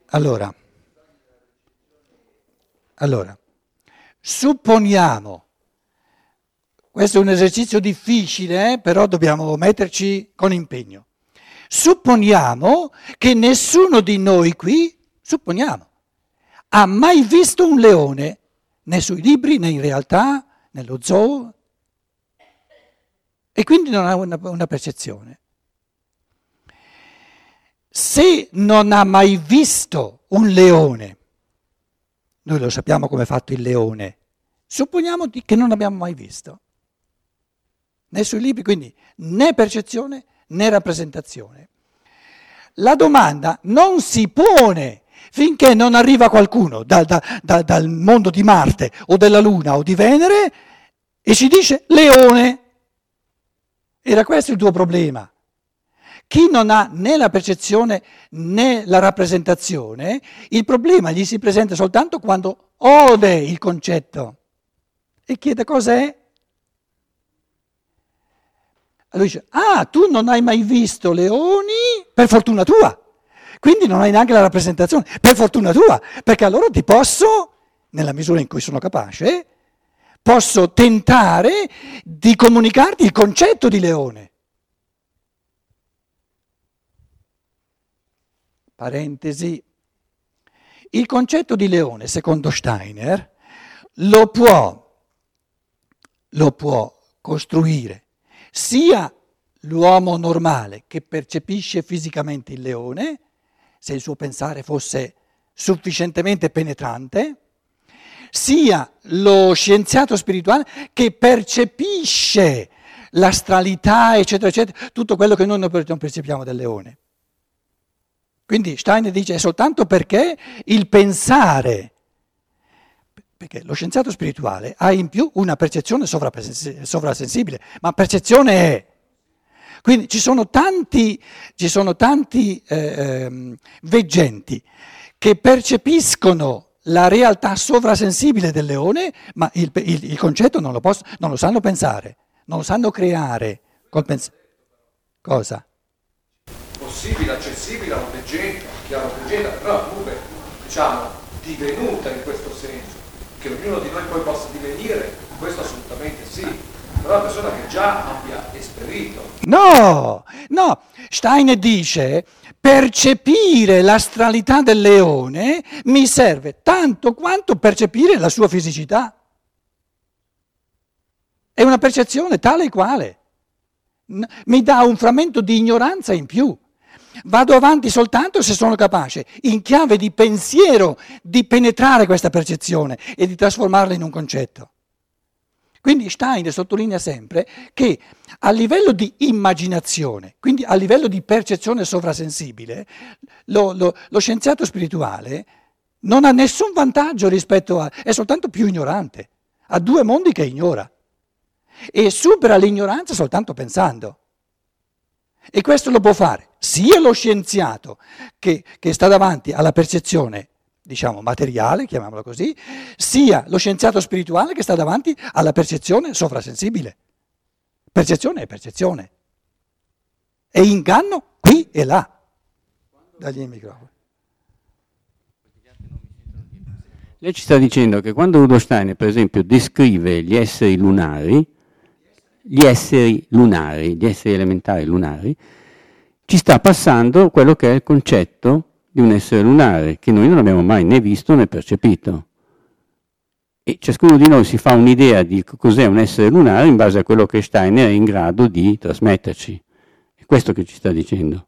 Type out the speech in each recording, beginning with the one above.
Allora, supponiamo, questo è un esercizio difficile, però dobbiamo metterci con impegno. Supponiamo che nessuno di noi qui, ha mai visto un leone, né sui libri, né in realtà, nello zoo, e quindi non ha una percezione. Se non ha mai visto un leone, noi lo sappiamo come è fatto il leone, supponiamo che non abbiamo mai visto, né sui libri, quindi né percezione né rappresentazione. La domanda non si pone finché non arriva qualcuno dal mondo di Marte o della Luna o di Venere e ci dice leone. Era questo il tuo problema. Chi non ha né la percezione né la rappresentazione, il problema gli si presenta soltanto quando ode il concetto e chiede cos'è. Allora dice, tu non hai mai visto leoni, per fortuna tua, quindi non hai neanche la rappresentazione, per fortuna tua, perché allora ti posso, nella misura in cui sono capace, posso tentare di comunicarti il concetto di leone. Parentesi, il concetto di leone, secondo Steiner, lo può costruire sia l'uomo normale che percepisce fisicamente il leone, se il suo pensare fosse sufficientemente penetrante, sia lo scienziato spirituale che percepisce l'astralità, eccetera, eccetera, tutto quello che noi non percepiamo del leone. Quindi Steiner dice è soltanto perché il pensare, perché lo scienziato spirituale ha in più una percezione sovrasensibile, ma percezione è. Quindi ci sono tanti veggenti che percepiscono la realtà sovrasensibile del leone, ma il concetto non lo sanno pensare, non lo sanno creare col pensiero. Cosa? Possibile, accessibile a un veggente, che ha una veggenta, però comunque diciamo divenuta in questo senso, che ognuno di noi poi possa divenire, questo assolutamente sì, però la persona che già abbia esperito. No, Steiner dice percepire l'astralità del leone mi serve tanto quanto percepire la sua fisicità. È una percezione tale e quale, mi dà un frammento di ignoranza in più. Vado avanti soltanto se sono capace, in chiave di pensiero, di penetrare questa percezione e di trasformarla in un concetto. Quindi Steiner sottolinea sempre che a livello di immaginazione, quindi a livello di percezione sovrasensibile, lo scienziato spirituale non ha nessun vantaggio rispetto è soltanto più ignorante, ha due mondi che ignora e supera l'ignoranza soltanto pensando. E questo lo può fare sia lo scienziato che sta davanti alla percezione, diciamo materiale, chiamiamola così, sia lo scienziato spirituale che sta davanti alla percezione sovrasensibile. Percezione è percezione. E inganno qui e là. Dagli il microfono. Lei ci sta dicendo che quando Rudolf Steiner, per esempio, descrive gli esseri elementari lunari, ci sta passando quello che è il concetto di un essere lunare, che noi non abbiamo mai né visto né percepito. E ciascuno di noi si fa un'idea di cos'è un essere lunare in base a quello che Steiner è in grado di trasmetterci. È questo che ci sta dicendo.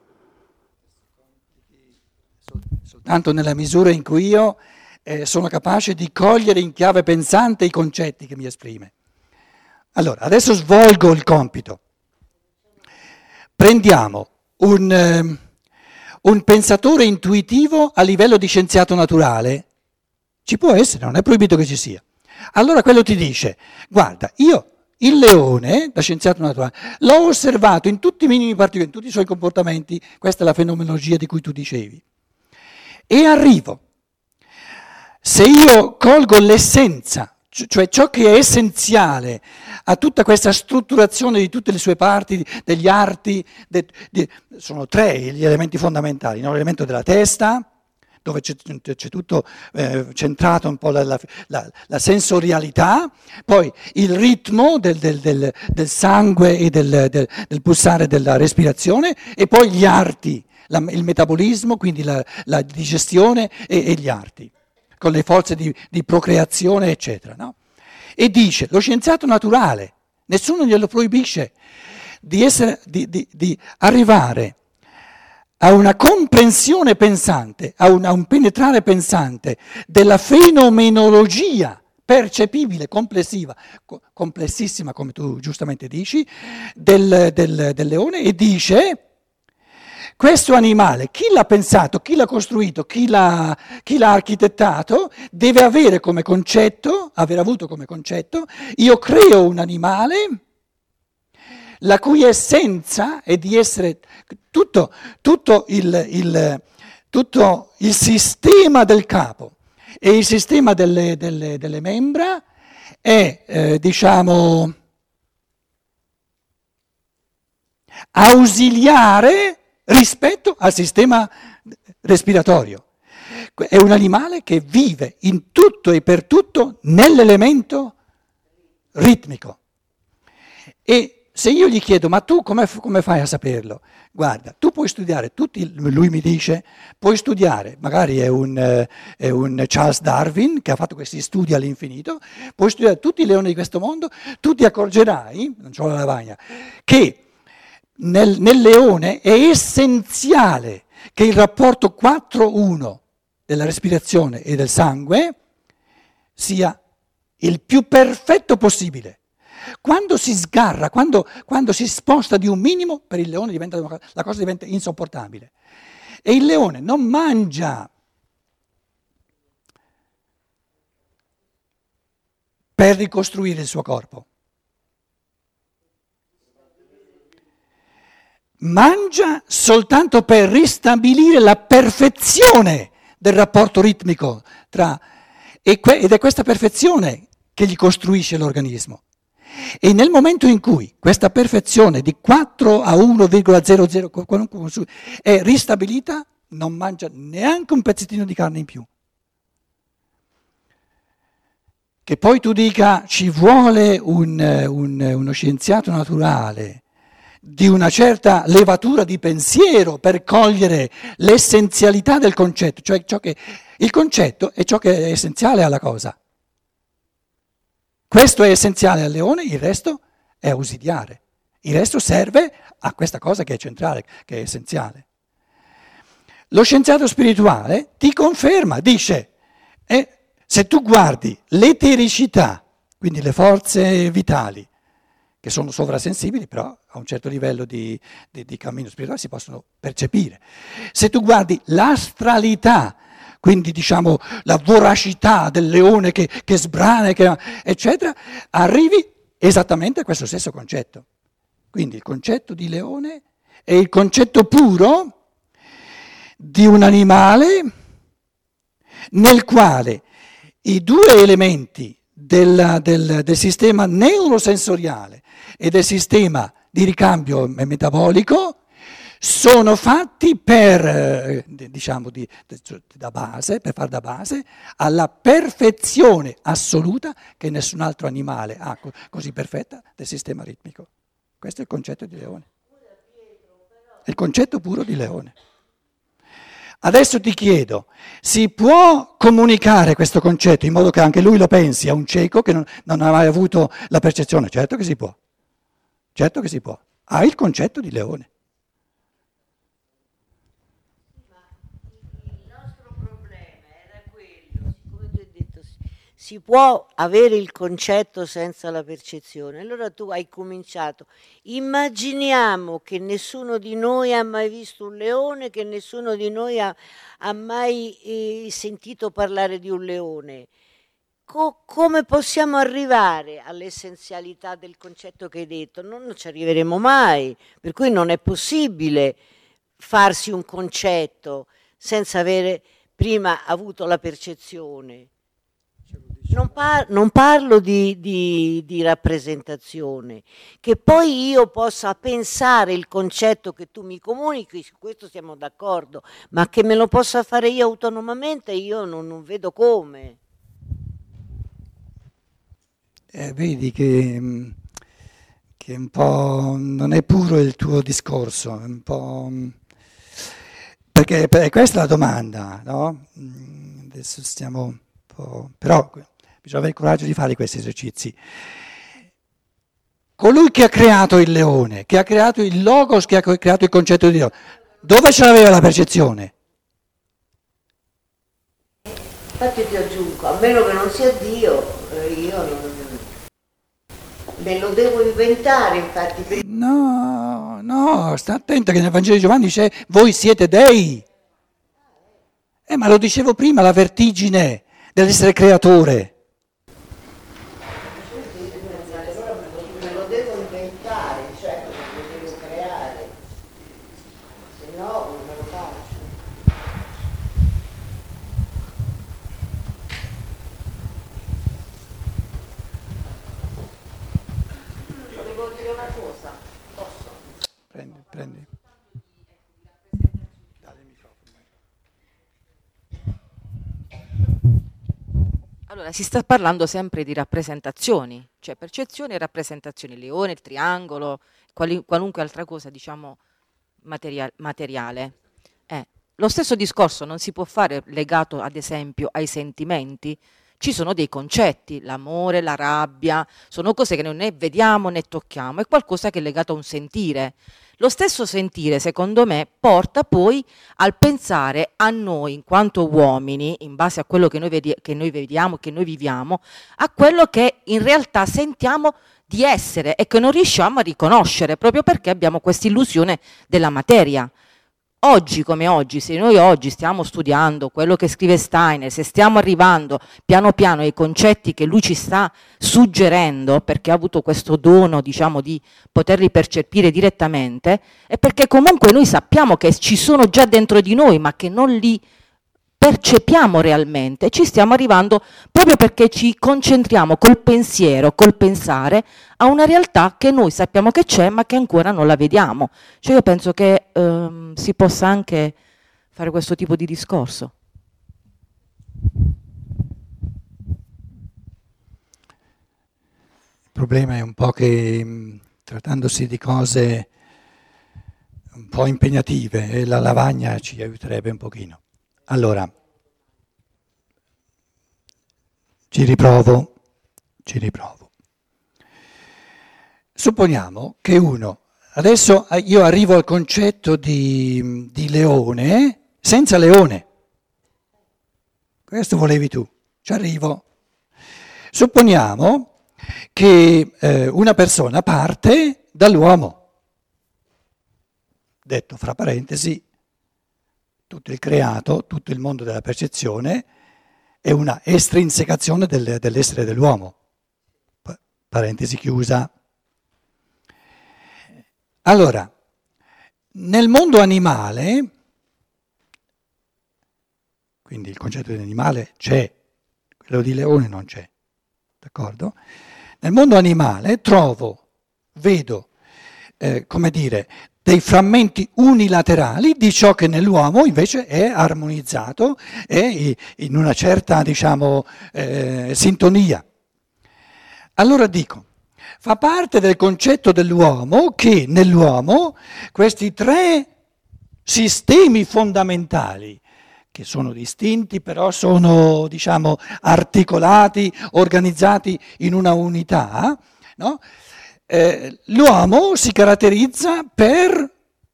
Soltanto nella misura in cui io sono capace di cogliere in chiave pensante i concetti che mi esprime. Allora, adesso svolgo il compito. Prendiamo un pensatore intuitivo a livello di scienziato naturale. Ci può essere, non è proibito che ci sia. Allora quello ti dice, guarda, io il leone, da scienziato naturale, l'ho osservato in tutti i minimi particolari, in tutti i suoi comportamenti, questa è la fenomenologia di cui tu dicevi. E arrivo, se io colgo l'essenza, cioè ciò che è essenziale a tutta questa strutturazione di tutte le sue parti, degli arti, sono tre gli elementi fondamentali, no? L'elemento della testa, dove c'è tutto centrato un po' la sensorialità, poi il ritmo del sangue e del pulsare della respirazione, e poi gli arti, il metabolismo, quindi la digestione e gli arti, con le forze di procreazione, eccetera, no? E dice, lo scienziato naturale, nessuno glielo proibisce, di arrivare a una comprensione pensante, a un penetrare pensante della fenomenologia percepibile, complessissima, come tu giustamente dici, del leone, e dice: questo animale, chi l'ha pensato, chi l'ha costruito, chi l'ha architettato, deve avere come concetto, aver avuto come concetto: io creo un animale la cui essenza è di essere tutto il sistema del capo e il sistema delle membra è, diciamo, ausiliare rispetto al sistema respiratorio. È un animale che vive in tutto e per tutto nell'elemento ritmico. E se io gli chiedo, ma tu come fai a saperlo? Guarda, tu puoi studiare lui mi dice, puoi studiare, magari è un Charles Darwin che ha fatto questi studi all'infinito, puoi studiare tutti i leoni di questo mondo, tu ti accorgerai, non c'ho la lavagna, che nel leone è essenziale che il rapporto 4-1 della respirazione e del sangue sia il più perfetto possibile. Quando si sgarra, quando si sposta di un minimo, per il leone la cosa diventa insopportabile. E il leone non mangia per ricostruire il suo corpo. Mangia soltanto per ristabilire la perfezione del rapporto ritmico ed è questa perfezione che gli costruisce l'organismo. E nel momento in cui questa perfezione di 4-1,00 è ristabilita, non mangia neanche un pezzettino di carne in più. Che poi tu dica ci vuole uno scienziato naturale di una certa levatura di pensiero per cogliere l'essenzialità del concetto, cioè il concetto è ciò che è essenziale alla cosa. Questo è essenziale al leone, il resto è ausiliare. Il resto serve a questa cosa che è centrale, che è essenziale. Lo scienziato spirituale ti conferma, dice, se tu guardi l'etericità, quindi le forze vitali, che sono sovrasensibili, però a un certo livello di cammino spirituale si possono percepire. Se tu guardi l'astralità, quindi diciamo la voracità del leone che sbrana, eccetera, arrivi esattamente a questo stesso concetto. Quindi il concetto di leone è il concetto puro di un animale nel quale i due elementi del sistema neurosensoriale e del sistema di ricambio metabolico sono fatti per, diciamo, da base, per far da base alla perfezione assoluta che nessun altro animale ha così perfetta del sistema ritmico. Questo è il concetto di leone. È il concetto puro di leone. Adesso ti chiedo, si può comunicare questo concetto in modo che anche lui lo pensi a un cieco che non ha mai avuto la percezione? Certo che si può. Certo che si può. Ha il concetto di leone. Si può avere il concetto senza la percezione. Allora tu hai cominciato. Immaginiamo che nessuno di noi ha mai visto un leone, che nessuno di noi ha mai sentito parlare di un leone. Come possiamo arrivare all'essenzialità del concetto che hai detto? Non ci arriveremo mai, per cui non è possibile farsi un concetto senza avere prima avuto la percezione. Non parlo di rappresentazione, che poi io possa pensare il concetto che tu mi comunichi, su questo siamo d'accordo, ma che me lo possa fare io autonomamente, io non vedo come. Vedi che un po' non è puro il tuo discorso, è un po'. Perché questa è la domanda, no? Adesso stiamo un po'. Però bisogna avere il coraggio di fare questi esercizi. Colui che ha creato il leone, che ha creato il logos, che ha creato il concetto di Dio, dove ce l'aveva la percezione? Infatti ti aggiungo, a meno che non sia Dio, io non. Me lo devo inventare, infatti. No, sta attento che nel Vangelo di Giovanni dice voi siete dei. Ma lo dicevo prima, la vertigine dell'essere creatore. Me lo devo inventare, cioè me lo devo creare, se no non me lo faccio. Volevo dire una cosa, posso? Prendi. Allora, si sta parlando sempre di rappresentazioni, cioè percezioni e rappresentazioni, il leone, il triangolo, qualunque altra cosa, diciamo, materiale. Lo stesso discorso non si può fare legato, ad esempio, ai sentimenti. Ci sono dei concetti, l'amore, la rabbia, sono cose che noi né vediamo né tocchiamo, è qualcosa che è legato a un sentire. Lo stesso sentire, secondo me, porta poi al pensare a noi, in quanto uomini, in base a quello che noi vediamo, che noi viviamo, a quello che in realtà sentiamo di essere e che non riusciamo a riconoscere, proprio perché abbiamo questa illusione della materia. Oggi come oggi, se noi oggi stiamo studiando quello che scrive Steiner, se stiamo arrivando piano piano ai concetti che lui ci sta suggerendo, perché ha avuto questo dono, diciamo, di poterli percepire direttamente, è perché comunque noi sappiamo che ci sono già dentro di noi, ma che non li percepiamo realmente. Ci stiamo arrivando proprio perché ci concentriamo col pensiero, col pensare, a una realtà che noi sappiamo che c'è, ma che ancora non la vediamo. Cioè io penso che si possa anche fare questo tipo di discorso. Il problema è un po' che trattandosi di cose un po' impegnative, la lavagna ci aiuterebbe un pochino. Allora, ci riprovo. Supponiamo che adesso io arrivo al concetto di leone senza leone. Questo volevi tu, ci arrivo. Supponiamo che una persona parte dall'uomo. Detto fra parentesi, tutto il creato, tutto il mondo della percezione è una estrinsecazione dell'essere dell'uomo. Parentesi chiusa. Allora, nel mondo animale, quindi il concetto di animale c'è, quello di leone non c'è, d'accordo? Nel mondo animale vedo, come dire, dei frammenti unilaterali di ciò che nell'uomo invece è armonizzato e in una certa, diciamo, sintonia. Allora dico, fa parte del concetto dell'uomo che nell'uomo questi tre sistemi fondamentali, che sono distinti però sono, diciamo, articolati, organizzati in una unità, no? L'uomo si caratterizza per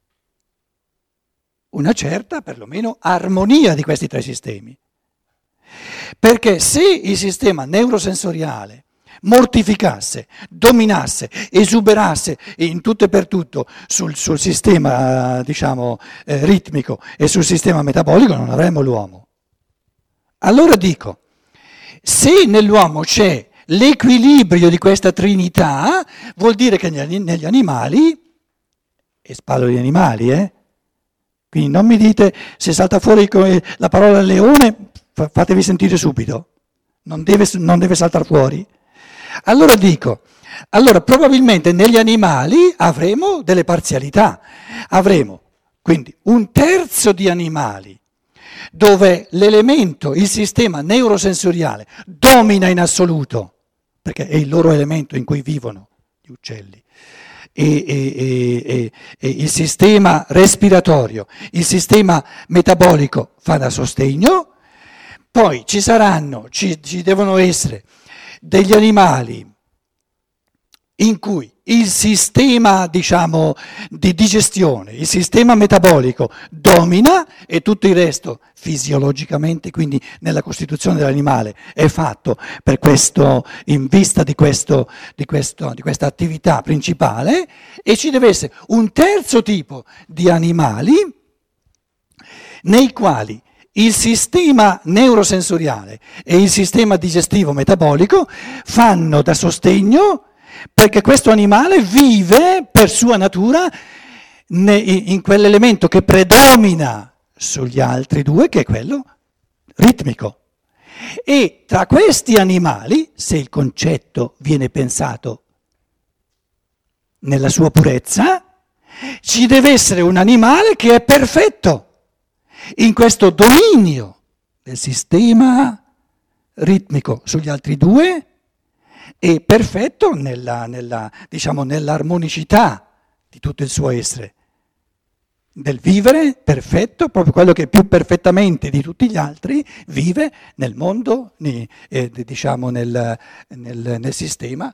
una certa, perlomeno, armonia di questi tre sistemi. Perché se il sistema neurosensoriale mortificasse, dominasse, esuberasse in tutto e per tutto sul sistema, diciamo, ritmico e sul sistema metabolico, non avremmo l'uomo. Allora dico, se nell'uomo c'è l'equilibrio di questa trinità, vuol dire che negli animali, e parlo di animali, quindi non mi dite se salta fuori la parola leone, fatevi sentire subito. non deve saltare fuori. Allora dico, probabilmente negli animali avremo delle parzialità, avremo quindi un terzo di animali dove l'elemento, il sistema neurosensoriale domina in assoluto, perché è il loro elemento in cui vivono gli uccelli, e il sistema respiratorio, il sistema metabolico fa da sostegno, poi ci devono essere degli animali in cui il sistema, diciamo, di digestione, il sistema metabolico domina e tutto il resto fisiologicamente, quindi nella costituzione dell'animale, è fatto per questo, in vista di questa attività principale, e ci deve essere un terzo tipo di animali nei quali il sistema neurosensoriale e il sistema digestivo metabolico fanno da sostegno, perché questo animale vive per sua natura in quell'elemento che predomina sugli altri due, che è quello ritmico. E tra questi animali, se il concetto viene pensato nella sua purezza, ci deve essere un animale che è perfetto in questo dominio del sistema ritmico sugli altri due, è perfetto nell'armonicità di tutto il suo essere, del vivere perfetto, proprio quello che più perfettamente di tutti gli altri vive nel mondo, nel sistema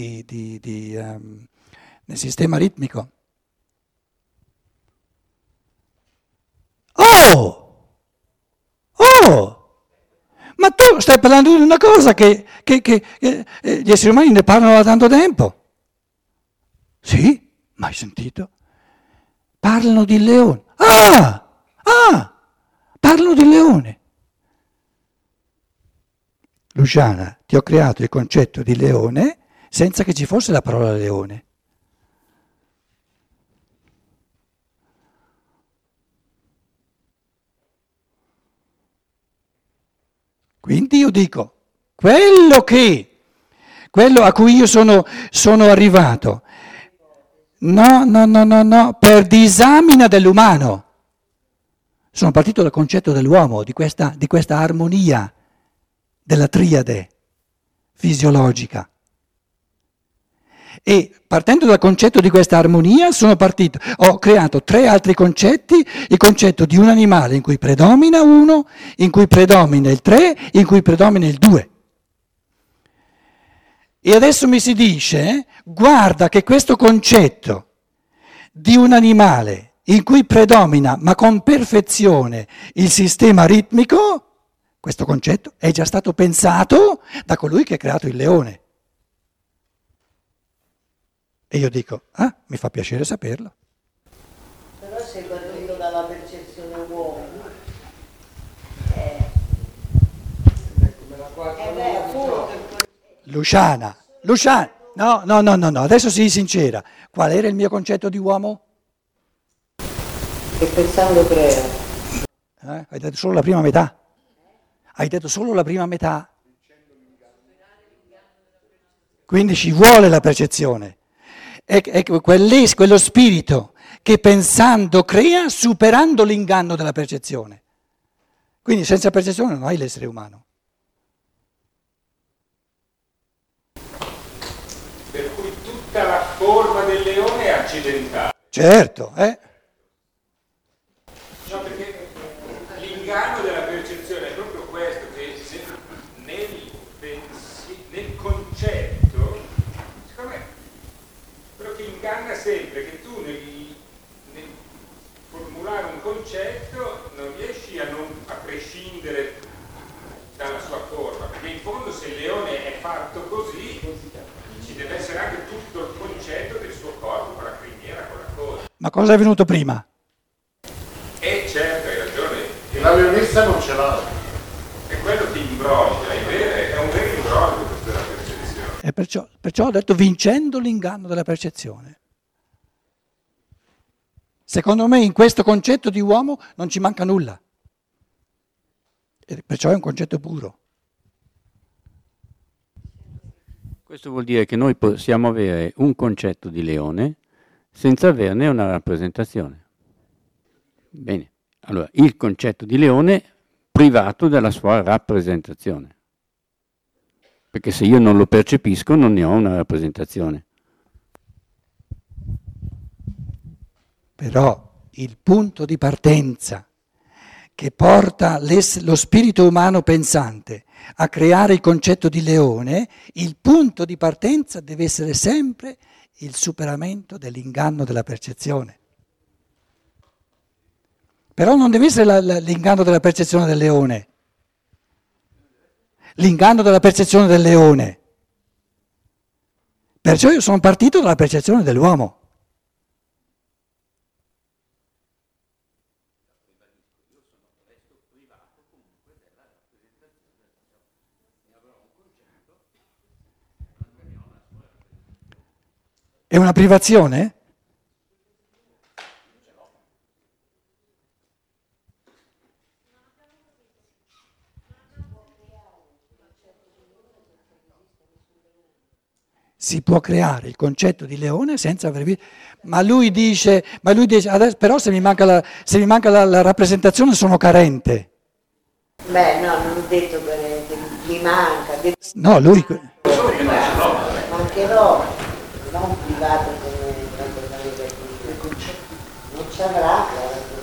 nel sistema ritmico. Ma tu stai parlando di una cosa che gli esseri umani ne parlano da tanto tempo. Sì? Mai sentito? Parlano di leone. Parlano di leone. Luciana, ti ho creato il concetto di leone senza che ci fosse la parola leone. Quindi io dico, quello a cui io sono arrivato, no, per disamina dell'umano. Sono partito dal concetto dell'uomo, di questa armonia della triade fisiologica. E partendo dal concetto di questa armonia ho creato 3 altri concetti: il concetto di un animale in cui predomina 1, in cui predomina il 3, in cui predomina il 2. E adesso mi si dice, guarda che questo concetto di un animale in cui predomina, ma con perfezione, il sistema ritmico, questo concetto è già stato pensato da colui che ha creato il leone. E io dico, mi fa piacere saperlo. Però sei partito dalla percezione uomo. Luciana, no, adesso sii sincera. Qual era il mio concetto di uomo? Che pensando crea. Hai detto solo la prima metà. Hai detto solo la prima metà. Quindi ci vuole la percezione. È quello spirito che pensando crea, superando l'inganno della percezione. Quindi senza percezione non hai l'essere umano. Per cui tutta la forma del leone è accidentale. Certo, No, perché l'inganno della percezione è proprio questo, che se nel concetto, secondo me, quello che inganna sempre è che tu nel formulare un concetto non riesci a prescindere dalla sua forma, perché in fondo se il leone è fatto così, ci deve essere anche tutto il concetto del suo corpo, con la criniera, con la coda. ma cosa è venuto prima? Certo, hai ragione. La leonessa non ce l'ha. È quello che imbroglia, è un vero imbroglio questa della percezione. E perciò ho detto vincendo l'inganno della percezione. Secondo me in questo concetto di uomo non ci manca nulla. E perciò è un concetto puro. Questo vuol dire che noi possiamo avere un concetto di leone senza averne una rappresentazione. Bene, allora il concetto di leone privato della sua rappresentazione. Perché se io non lo percepisco non ne ho una rappresentazione. Però il punto di partenza che porta lo spirito umano pensante a creare il concetto di leone, il punto di partenza deve essere sempre il superamento dell'inganno della percezione. Però non deve essere l'inganno della percezione del leone. L'inganno della percezione del leone. Perciò io sono partito dalla percezione dell'uomo. È una privazione? Si può creare il concetto di leone senza aver visto. Ma lui dice adesso, però se mi manca la rappresentazione sono carente. Beh, no, non ho detto che mi manca. No, lui... Mancherò, non privato come non ci avrà.